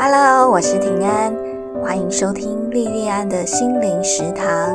Hello， 我是庭安，欢迎收听莉莉安的心灵食堂。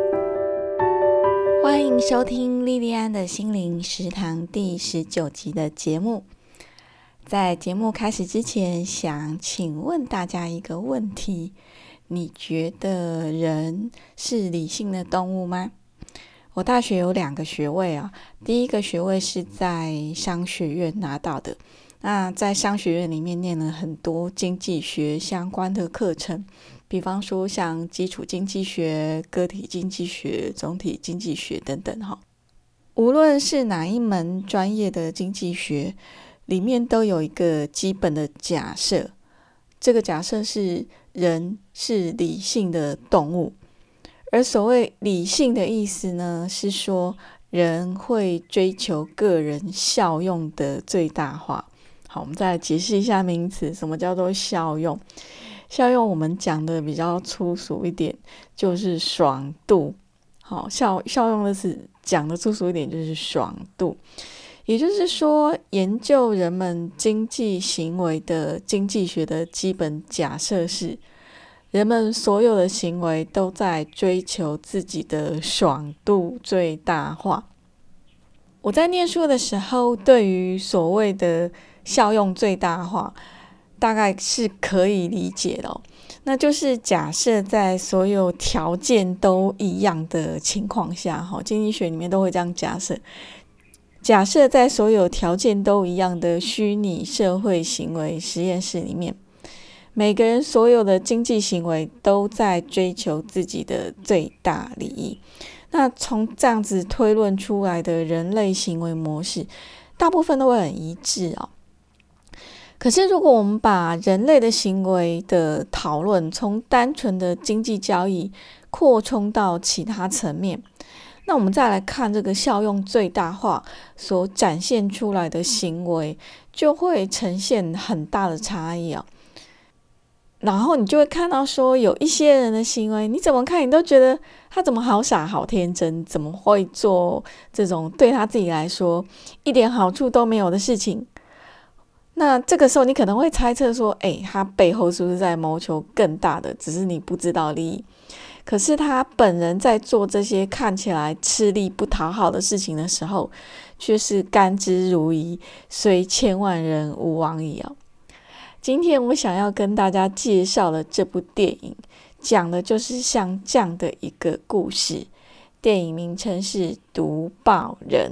欢迎收听莉莉安的心灵食堂第19集的节目。在节目开始之前，想请问大家一个问题：你觉得人是理性的动物吗？我大学有2个学位啊，第一个学位是在商学院拿到的。那在商学院里面念了很多经济学相关的课程，比方说像基础经济学、个体经济学、总体经济学等等哈。无论是哪一门专业的经济学，里面都有一个基本的假设，这个假设是人是理性的动物。而所谓理性的意思呢，是说人会追求个人效用的最大化。好，我们再来解释一下名词，什么叫做效用？效用我们讲的比较粗俗一点，就是爽度。好，效用的是讲的粗俗一点，就是爽度。也就是说，研究人们经济行为的经济学的基本假设是，人们所有的行为都在追求自己的爽度最大化。我在念书的时候，对于所谓的效用最大化大概是可以理解的那就是假设在所有条件都一样的情况下，经济学里面都会这样假设在所有条件都一样的虚拟社会行为实验室里面，每个人所有的经济行为都在追求自己的最大利益。那从这样子推论出来的人类行为模式，大部分都会很一致可是如果我们把人类的行为的讨论从单纯的经济交易扩充到其他层面，那我们再来看这个效用最大化所展现出来的行为，就会呈现很大的差异然后你就会看到说，有一些人的行为，你怎么看你都觉得他怎么好傻好天真，怎么会做这种对他自己来说一点好处都没有的事情。那这个时候你可能会猜测说，他背后是不是在谋求更大的，只是你不知道利益。可是他本人在做这些看起来吃力不讨好的事情的时候，却是甘之如饴，虽千万人吾往矣今天我想要跟大家介绍的这部电影，讲的就是像这样的一个故事。电影名称是《读报人》。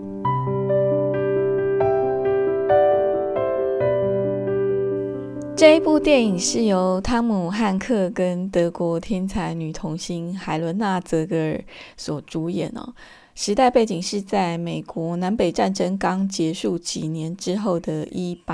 这一部电影是由汤姆·汉克跟德国天才女童星海伦娜·泽格尔所主演时代背景是在美国南北战争刚结束几年之后的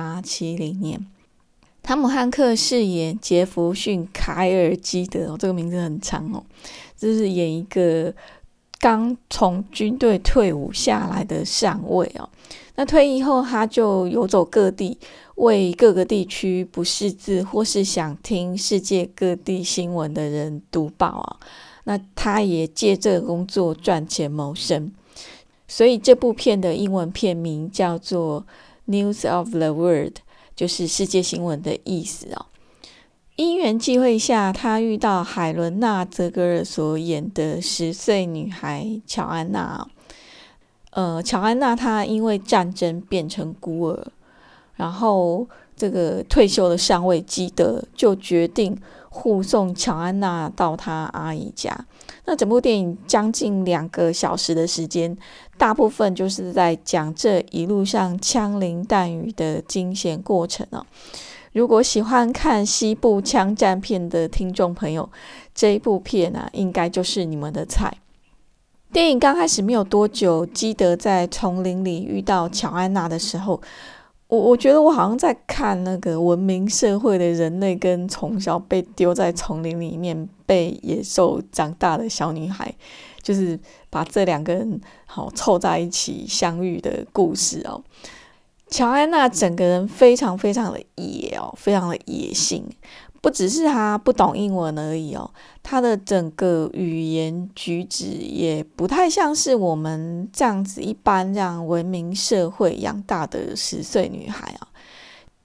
1870年。汤姆·汉克饰演杰弗逊·凯尔基德这个名字很长就是演一个刚从军队退伍下来的上尉那退役后他就游走各地，为各个地区不识字或是想听世界各地新闻的人读报那他也借这个工作赚钱谋生。所以这部片的英文片名叫做 News of the World， 就是世界新闻的意思因缘际会下，他遇到海伦娜·泽格尔所演的10岁女孩乔安娜乔安娜她因为战争变成孤儿，然后这个退休的上尉基德就决定护送乔安娜到他阿姨家。那整部电影将近2个小时的时间，大部分就是在讲这一路上枪林弹雨的惊险过程如果喜欢看西部枪战片的听众朋友，这一部片应该就是你们的菜。电影刚开始没有多久，基德在丛林里遇到乔安娜的时候，我觉得我好像在看那个文明社会的人类跟从小被丢在丛林里面被野兽长大的小女孩，就是把这2个人凑在一起相遇的故事乔安娜整个人非常非常的野非常的野性，不只是她不懂英文而已她的整个语言举止也不太像是我们这样子一般这样文明社会养大的10岁女孩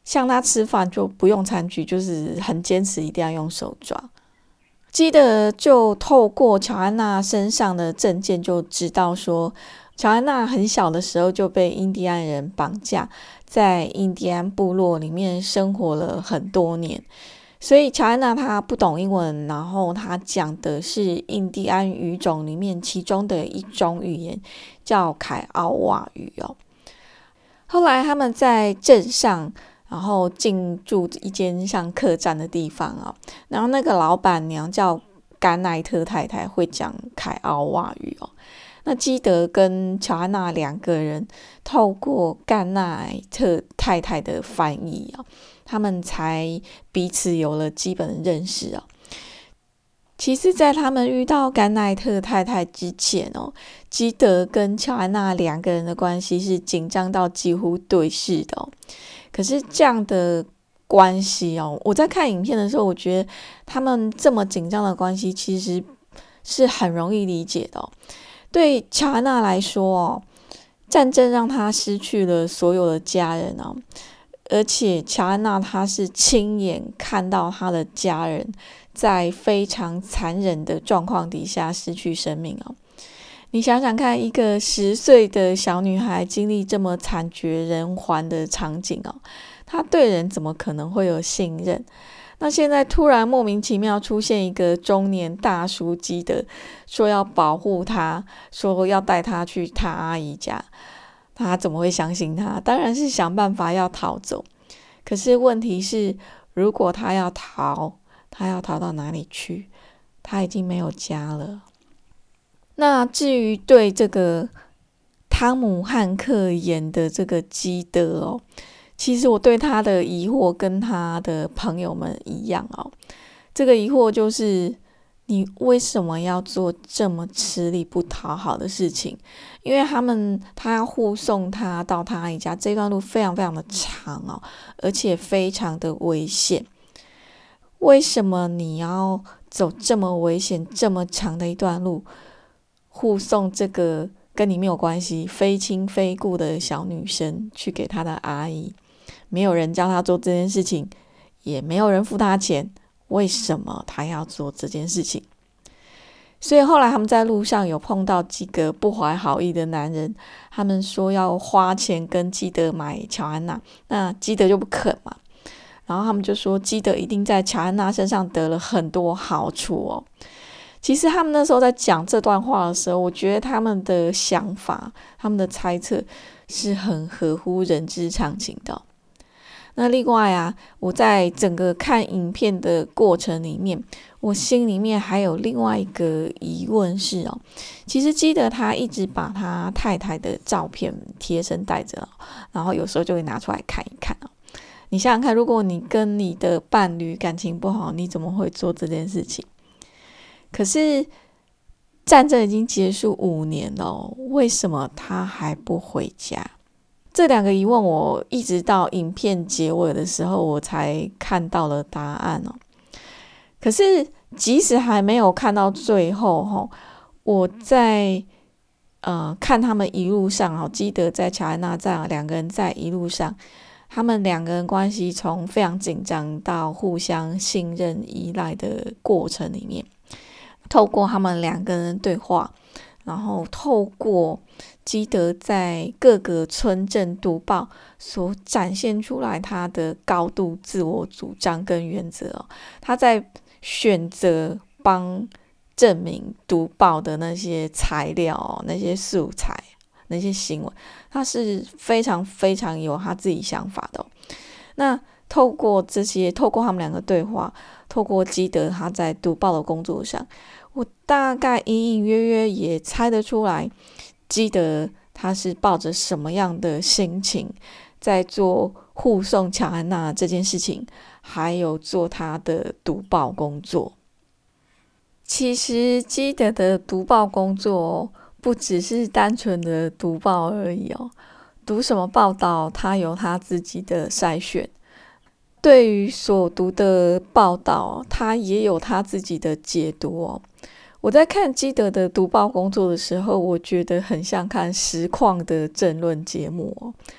像他吃饭就不用餐具，就是很坚持一定要用手抓。基德就透过乔安娜身上的证件就知道说，乔安娜很小的时候就被印第安人绑架，在印第安部落里面生活了很多年。所以乔安娜她不懂英文，然后她讲的是印第安语种里面其中的一种语言，叫凯奥瓦语哦。后来他们在镇上，然后进驻一间像客栈的地方哦，然后那个老板娘叫甘奈特太太，会讲凯奥瓦语哦。那基德跟乔安娜两个人透过甘奈特太太的翻译哦，他们才彼此有了基本的认识哦。其实在他们遇到甘奈特太太之前哦，基德跟乔安娜两个人的关系是紧张到几乎对视的哦。可是这样的关系哦，我在看影片的时候，我觉得他们这么紧张的关系其实是很容易理解的哦。对乔安娜来说哦，战争让她失去了所有的家人哦，而且乔安娜她是亲眼看到她的家人在非常残忍的状况底下失去生命哦。你想想看，一个10岁的小女孩经历这么惨绝人寰的场景哦，她对人怎么可能会有信任？那现在突然莫名其妙出现一个中年大叔基德，说要保护她，说要带她去她阿姨家，他怎么会相信他？当然是想办法要逃走。可是问题是，如果他要逃到哪里去？他已经没有家了。那至于对这个汤姆汉克演的这个基德哦，其实我对他的疑惑跟他的朋友们一样哦。这个疑惑就是，你为什么要做这么吃力不讨好的事情？因为他要护送他到他阿姨家，这段路非常非常的长哦，而且非常的危险。为什么你要走这么危险、这么长的一段路，护送这个跟你没有关系、非亲非故的小女生去给她的阿姨？没有人教她做这件事情，也没有人付她钱，为什么她要做这件事情？所以后来他们在路上有碰到几个不怀好意的男人，他们说要花钱跟基德买乔安娜，那基德就不肯嘛。然后他们就说基德一定在乔安娜身上得了很多好处哦。其实他们那时候在讲这段话的时候，我觉得他们的想法、他们的猜测是很合乎人之常情的哦。那另外啊，我在整个看影片的过程里面，我心里面还有另外一个疑问是哦，其实基德他一直把他太太的照片贴身带着哦，然后有时候就会拿出来看一看哦。你想想看，如果你跟你的伴侣感情不好，你怎么会做这件事情？可是战争已经结束5年了哦，为什么他还不回家？这两个疑问，我一直到影片结尾的时候，我才看到了答案哦。可是即使还没有看到最后我在看他们一路上基德在乔安娜在两个人在一路上，他们两个人关系从非常紧张到互相信任依赖的过程里面，透过他们两个人对话，然后透过基德在各个村镇读报所展现出来他的高度自我主张跟原则哦，他在选择帮证明读报的那些材料那些素材、那些新闻，他是非常非常有他自己想法的哦。那透过他们两个对话，透过基德他在读报的工作上，我大概隐隐约约也猜得出来，基德他是抱着什么样的心情在做护送乔安娜这件事情，还有做他的读报工作。其实基德的读报工作不只是单纯的读报而已哦，读什么报道他有他自己的筛选，对于所读的报道他也有他自己的解读哦。我在看基德的读报工作的时候，我觉得很像看实况的政论节目哦。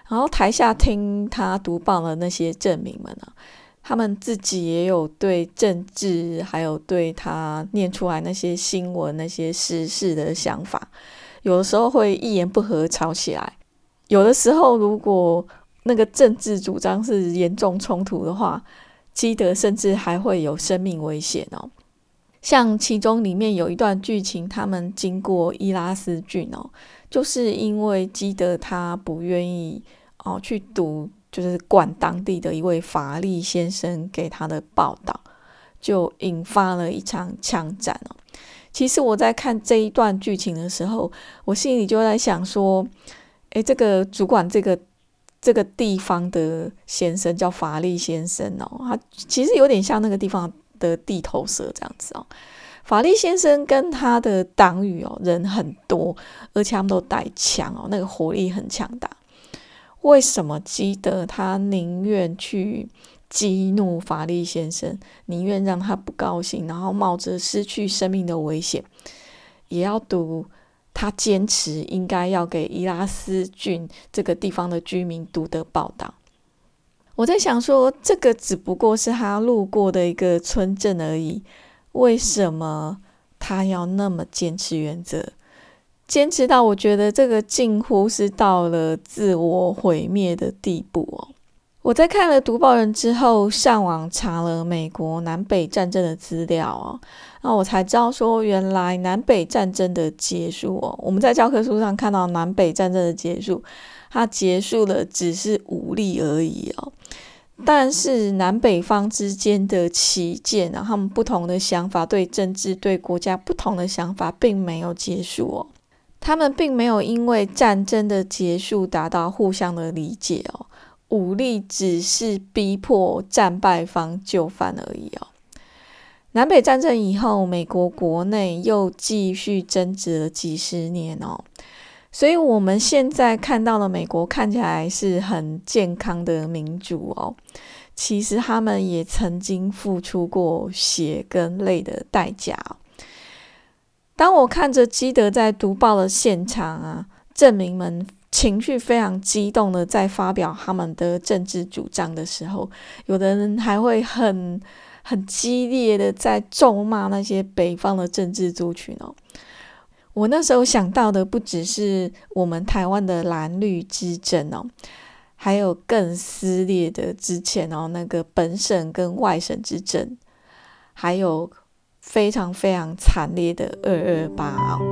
然后台下听他读报的那些镇民们啊，他们自己也有对政治还有对他念出来那些新闻那些时事的想法，有的时候会一言不合吵起来，有的时候如果那个政治主张是严重冲突的话，基德甚至还会有生命危险哦。像其中里面有一段剧情，他们经过伊拉斯郡哦，就是因为基德他不愿意去读，就是管当地的一位法利先生给他的报道，就引发了一场枪战哦。其实我在看这一段剧情的时候，我心里就在想说，这个主管这个地方的先生叫法利先生哦，他其实有点像那个地方的地头蛇这样子哦。法利先生跟他的党羽人很多，而且他们都带枪那个火力很强大。为什么基德他宁愿去激怒法利先生，宁愿让他不高兴，然后冒着失去生命的危险，也要读他坚持应该要给伊拉斯郡这个地方的居民读的报道？我在想说，这个只不过是他路过的一个村镇而已，为什么他要那么坚持原则？坚持到我觉得这个近乎是到了自我毁灭的地步哦。我在看了读报人之后，上网查了美国南北战争的资料哦，那我才知道说，原来南北战争的结束我们在教科书上看到南北战争的结束，它结束了只是武力而已哦。但是南北方之间的起见他们不同的想法，对政治对国家不同的想法并没有结束哦。他们并没有因为战争的结束达到互相的理解哦，武力只是逼迫战败方就范而已哦。南北战争以后，美国国内又继续争执了几十年哦，所以我们现在看到的美国看起来是很健康的民主哦，其实他们也曾经付出过血跟泪的代价哦。当我看着基德在读报的现场镇民们情绪非常激动的在发表他们的政治主张的时候，有的人还会很激烈的在咒骂那些北方的政治族群哦。我那时候想到的不只是我们台湾的蓝绿之争哦，还有更撕裂的之前那个本省跟外省之争，还有非常非常惨烈的228哦。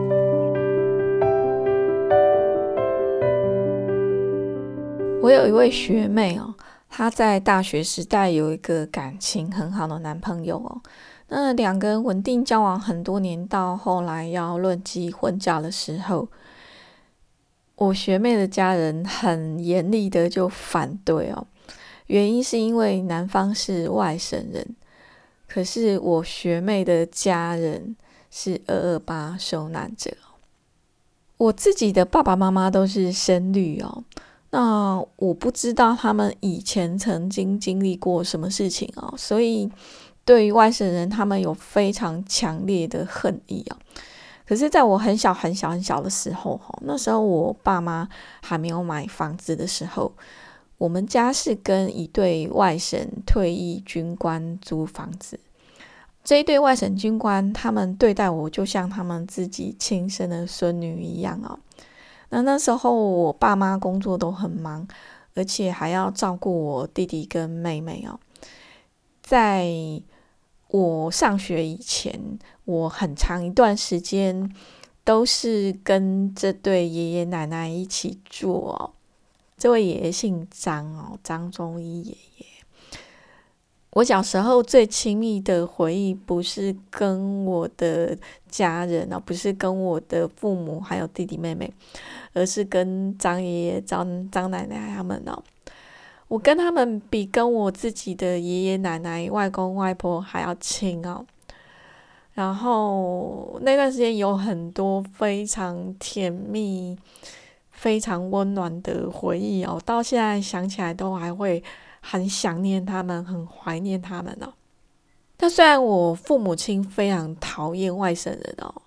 我有一位学妹她在大学时代有一个感情很好的男朋友那两个人稳定交往很多年，到后来要论及婚嫁的时候，我学妹的家人很严厉的就反对原因是因为男方是外省人，可是我学妹的家人是228受难者。我自己的爸爸妈妈都是深绿那我不知道他们以前曾经经历过什么事情所以对于外省人他们有非常强烈的恨意可是在我很小很小很小的时候那时候我爸妈还没有买房子的时候，我们家是跟一对外省退役军官租房子。这一对外省军官他们对待我就像他们自己亲生的孙女一样那时候我爸妈工作都很忙，而且还要照顾我弟弟跟妹妹在我上学以前，我很长一段时间都是跟这对爷爷奶奶一起住这位爷爷姓张张忠一爷爷。我小时候最亲密的回忆不是跟我的家人不是跟我的父母还有弟弟妹妹，而是跟张爷爷张奶奶他们我跟他们比跟我自己的爷爷奶奶外公外婆还要亲然后那段时间有很多非常甜蜜非常温暖的回忆到现在想起来都还会很想念他们，很怀念他们但虽然我父母亲非常讨厌外省人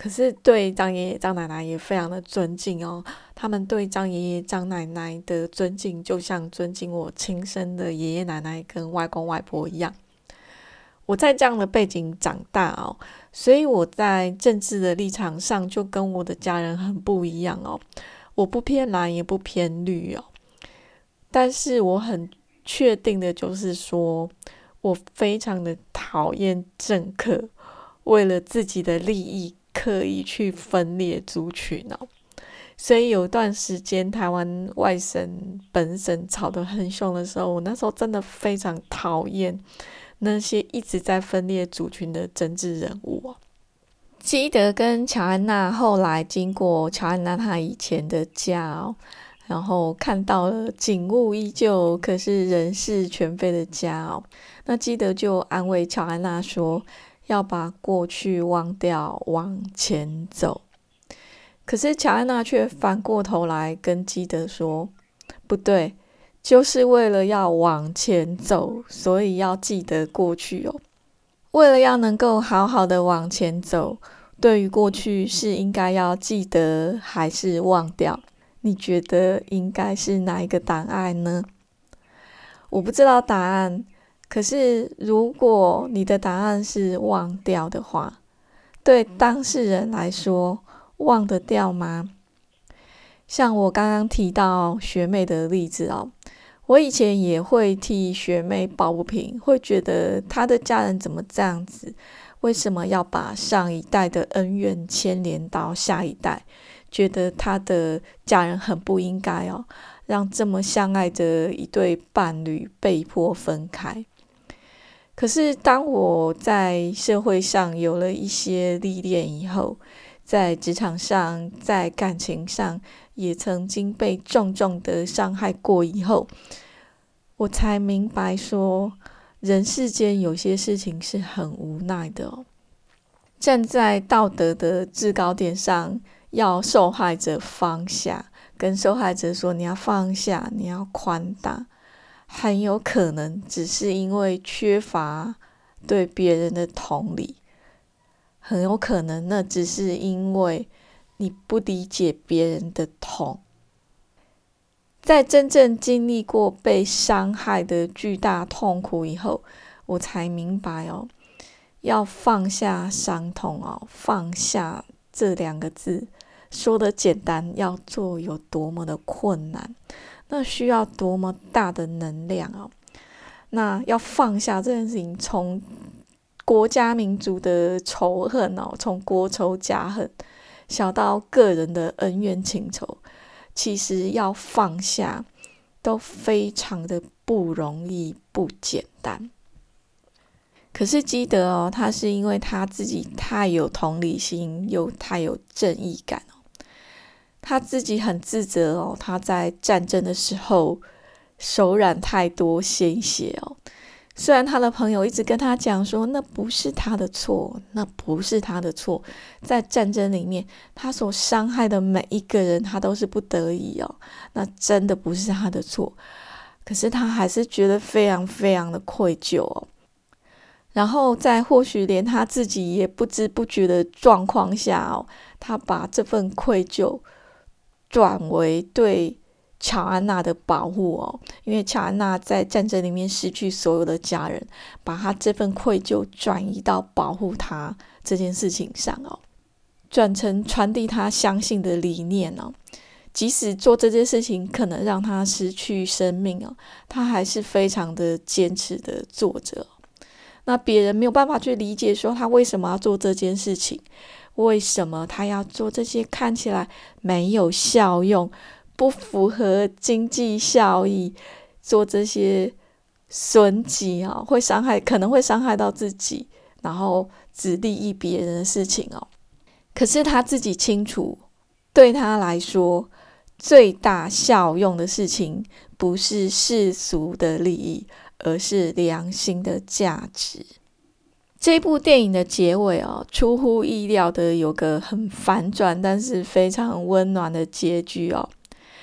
可是对张爷爷张奶奶也非常的尊敬哦。他们对张爷爷张奶奶的尊敬就像尊敬我亲生的爷爷奶奶跟外公外婆一样。我在这样的背景长大哦，所以我在政治的立场上就跟我的家人很不一样哦。我不偏蓝也不偏绿哦，但是我很确定的就是说，我非常的讨厌政客为了自己的利益刻意去分裂族群哦。所以有段时间台湾外省本省吵得很凶的时候，我那时候真的非常讨厌那些一直在分裂族群的政治人物哦。基德跟乔安娜后来经过乔安娜她以前的家哦，然后看到了景物依旧可是人事全非的家哦，那基德就安慰乔安娜说要把过去忘掉，往前走。可是乔安娜却反过头来跟基德说，不对，就是为了要往前走，所以要记得过去哦。为了要能够好好的往前走，对于过去是应该要记得还是忘掉？你觉得应该是哪一个答案呢？我不知道答案，可是如果你的答案是忘掉的话，对当事人来说，忘得掉吗？像我刚刚提到学妹的例子哦，我以前也会替学妹抱不平，会觉得她的家人怎么这样子，为什么要把上一代的恩怨牵连到下一代，觉得她的家人很不应该哦，让这么相爱的一对伴侣被迫分开。可是当我在社会上有了一些历练以后，在职场上，在感情上也曾经被重重的伤害过以后，我才明白说，人世间有些事情是很无奈的哦。站在道德的制高点上，要受害者放下，跟受害者说你要放下，你要宽大，很有可能只是因为缺乏对别人的同理，很有可能那只是因为你不理解别人的痛。在真正经历过被伤害的巨大痛苦以后，我才明白哦，要放下伤痛哦，放下这两个字说的简单，要做有多么的困难，那需要多么大的能量哦。那要放下这件事情，从国家民族的仇恨哦，从国仇家恨，小到个人的恩怨情仇，其实要放下都非常的不容易，不简单。可是基德哦，他是因为他自己太有同理心，又太有正义感哦，他自己很自责哦，他在战争的时候手染太多鲜血哦。虽然他的朋友一直跟他讲说那不是他的错，那不是他的错，在战争里面他所伤害的每一个人他都是不得已哦，那真的不是他的错，可是他还是觉得非常非常的愧疚哦。然后在或许连他自己也不知不觉的状况下哦，他把这份愧疚转为对乔安娜的保护哦，因为乔安娜在战争里面失去所有的家人，把她这份愧疚转移到保护她这件事情上哦，转成传递她相信的理念哦。即使做这件事情可能让她失去生命哦，她还是非常的坚持的做着。那别人没有办法去理解说她为什么要做这件事情，为什么她要做这些看起来没有效用，不符合经济效益，做这些损己啊，可能会伤害到自己，然后只利益别人的事情哦。可是他自己清楚，对他来说，最大效用的事情不是世俗的利益，而是良心的价值。这部电影的结尾哦，出乎意料的有个很反转，但是非常温暖的结局哦。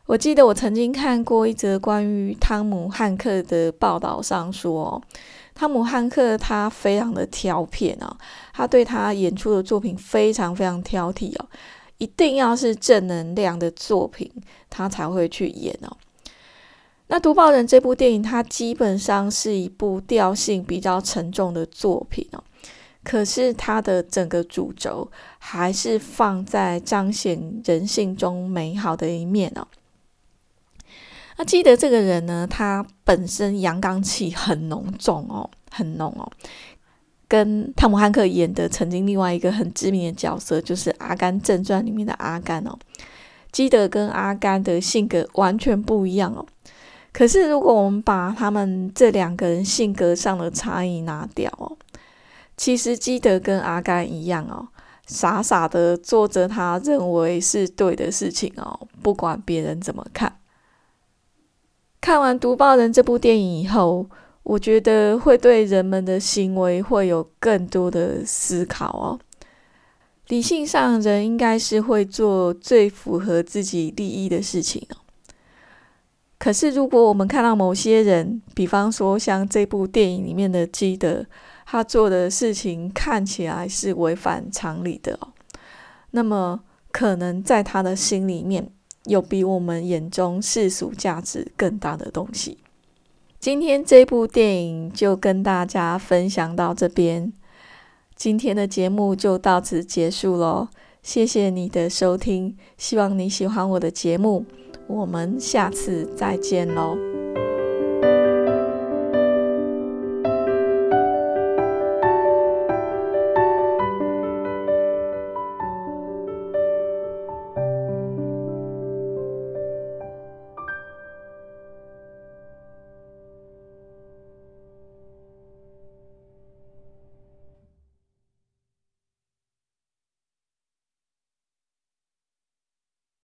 我记得我曾经看过一则关于汤姆汉克的报道上说，汤姆汉克他非常的挑片他对他演出的作品非常非常挑剔一定要是正能量的作品他才会去演那《读报人》这部电影它基本上是一部调性比较沉重的作品可是它的整个主轴还是放在彰显人性中美好的一面那基德这个人呢，他本身阳刚气很浓重很浓跟汤姆汉克演的曾经另外一个很知名的角色就是《阿甘正传》里面的阿甘基德跟阿甘的性格完全不一样可是如果我们把他们这两个人性格上的差异拿掉其实基德跟阿甘一样傻傻的做着他认为是对的事情不管别人怎么看。看完《读报人》这部电影以后，我觉得会对人们的行为会有更多的思考理性上，人应该是会做最符合自己利益的事情可是如果我们看到某些人，比方说像这部电影里面的基德，他做的事情看起来是违反常理的那么可能在他的心里面有比我们眼中世俗价值更大的东西。今天这部电影就跟大家分享到这边，今天的节目就到此结束咯，谢谢你的收听，希望你喜欢我的节目，我们下次再见咯。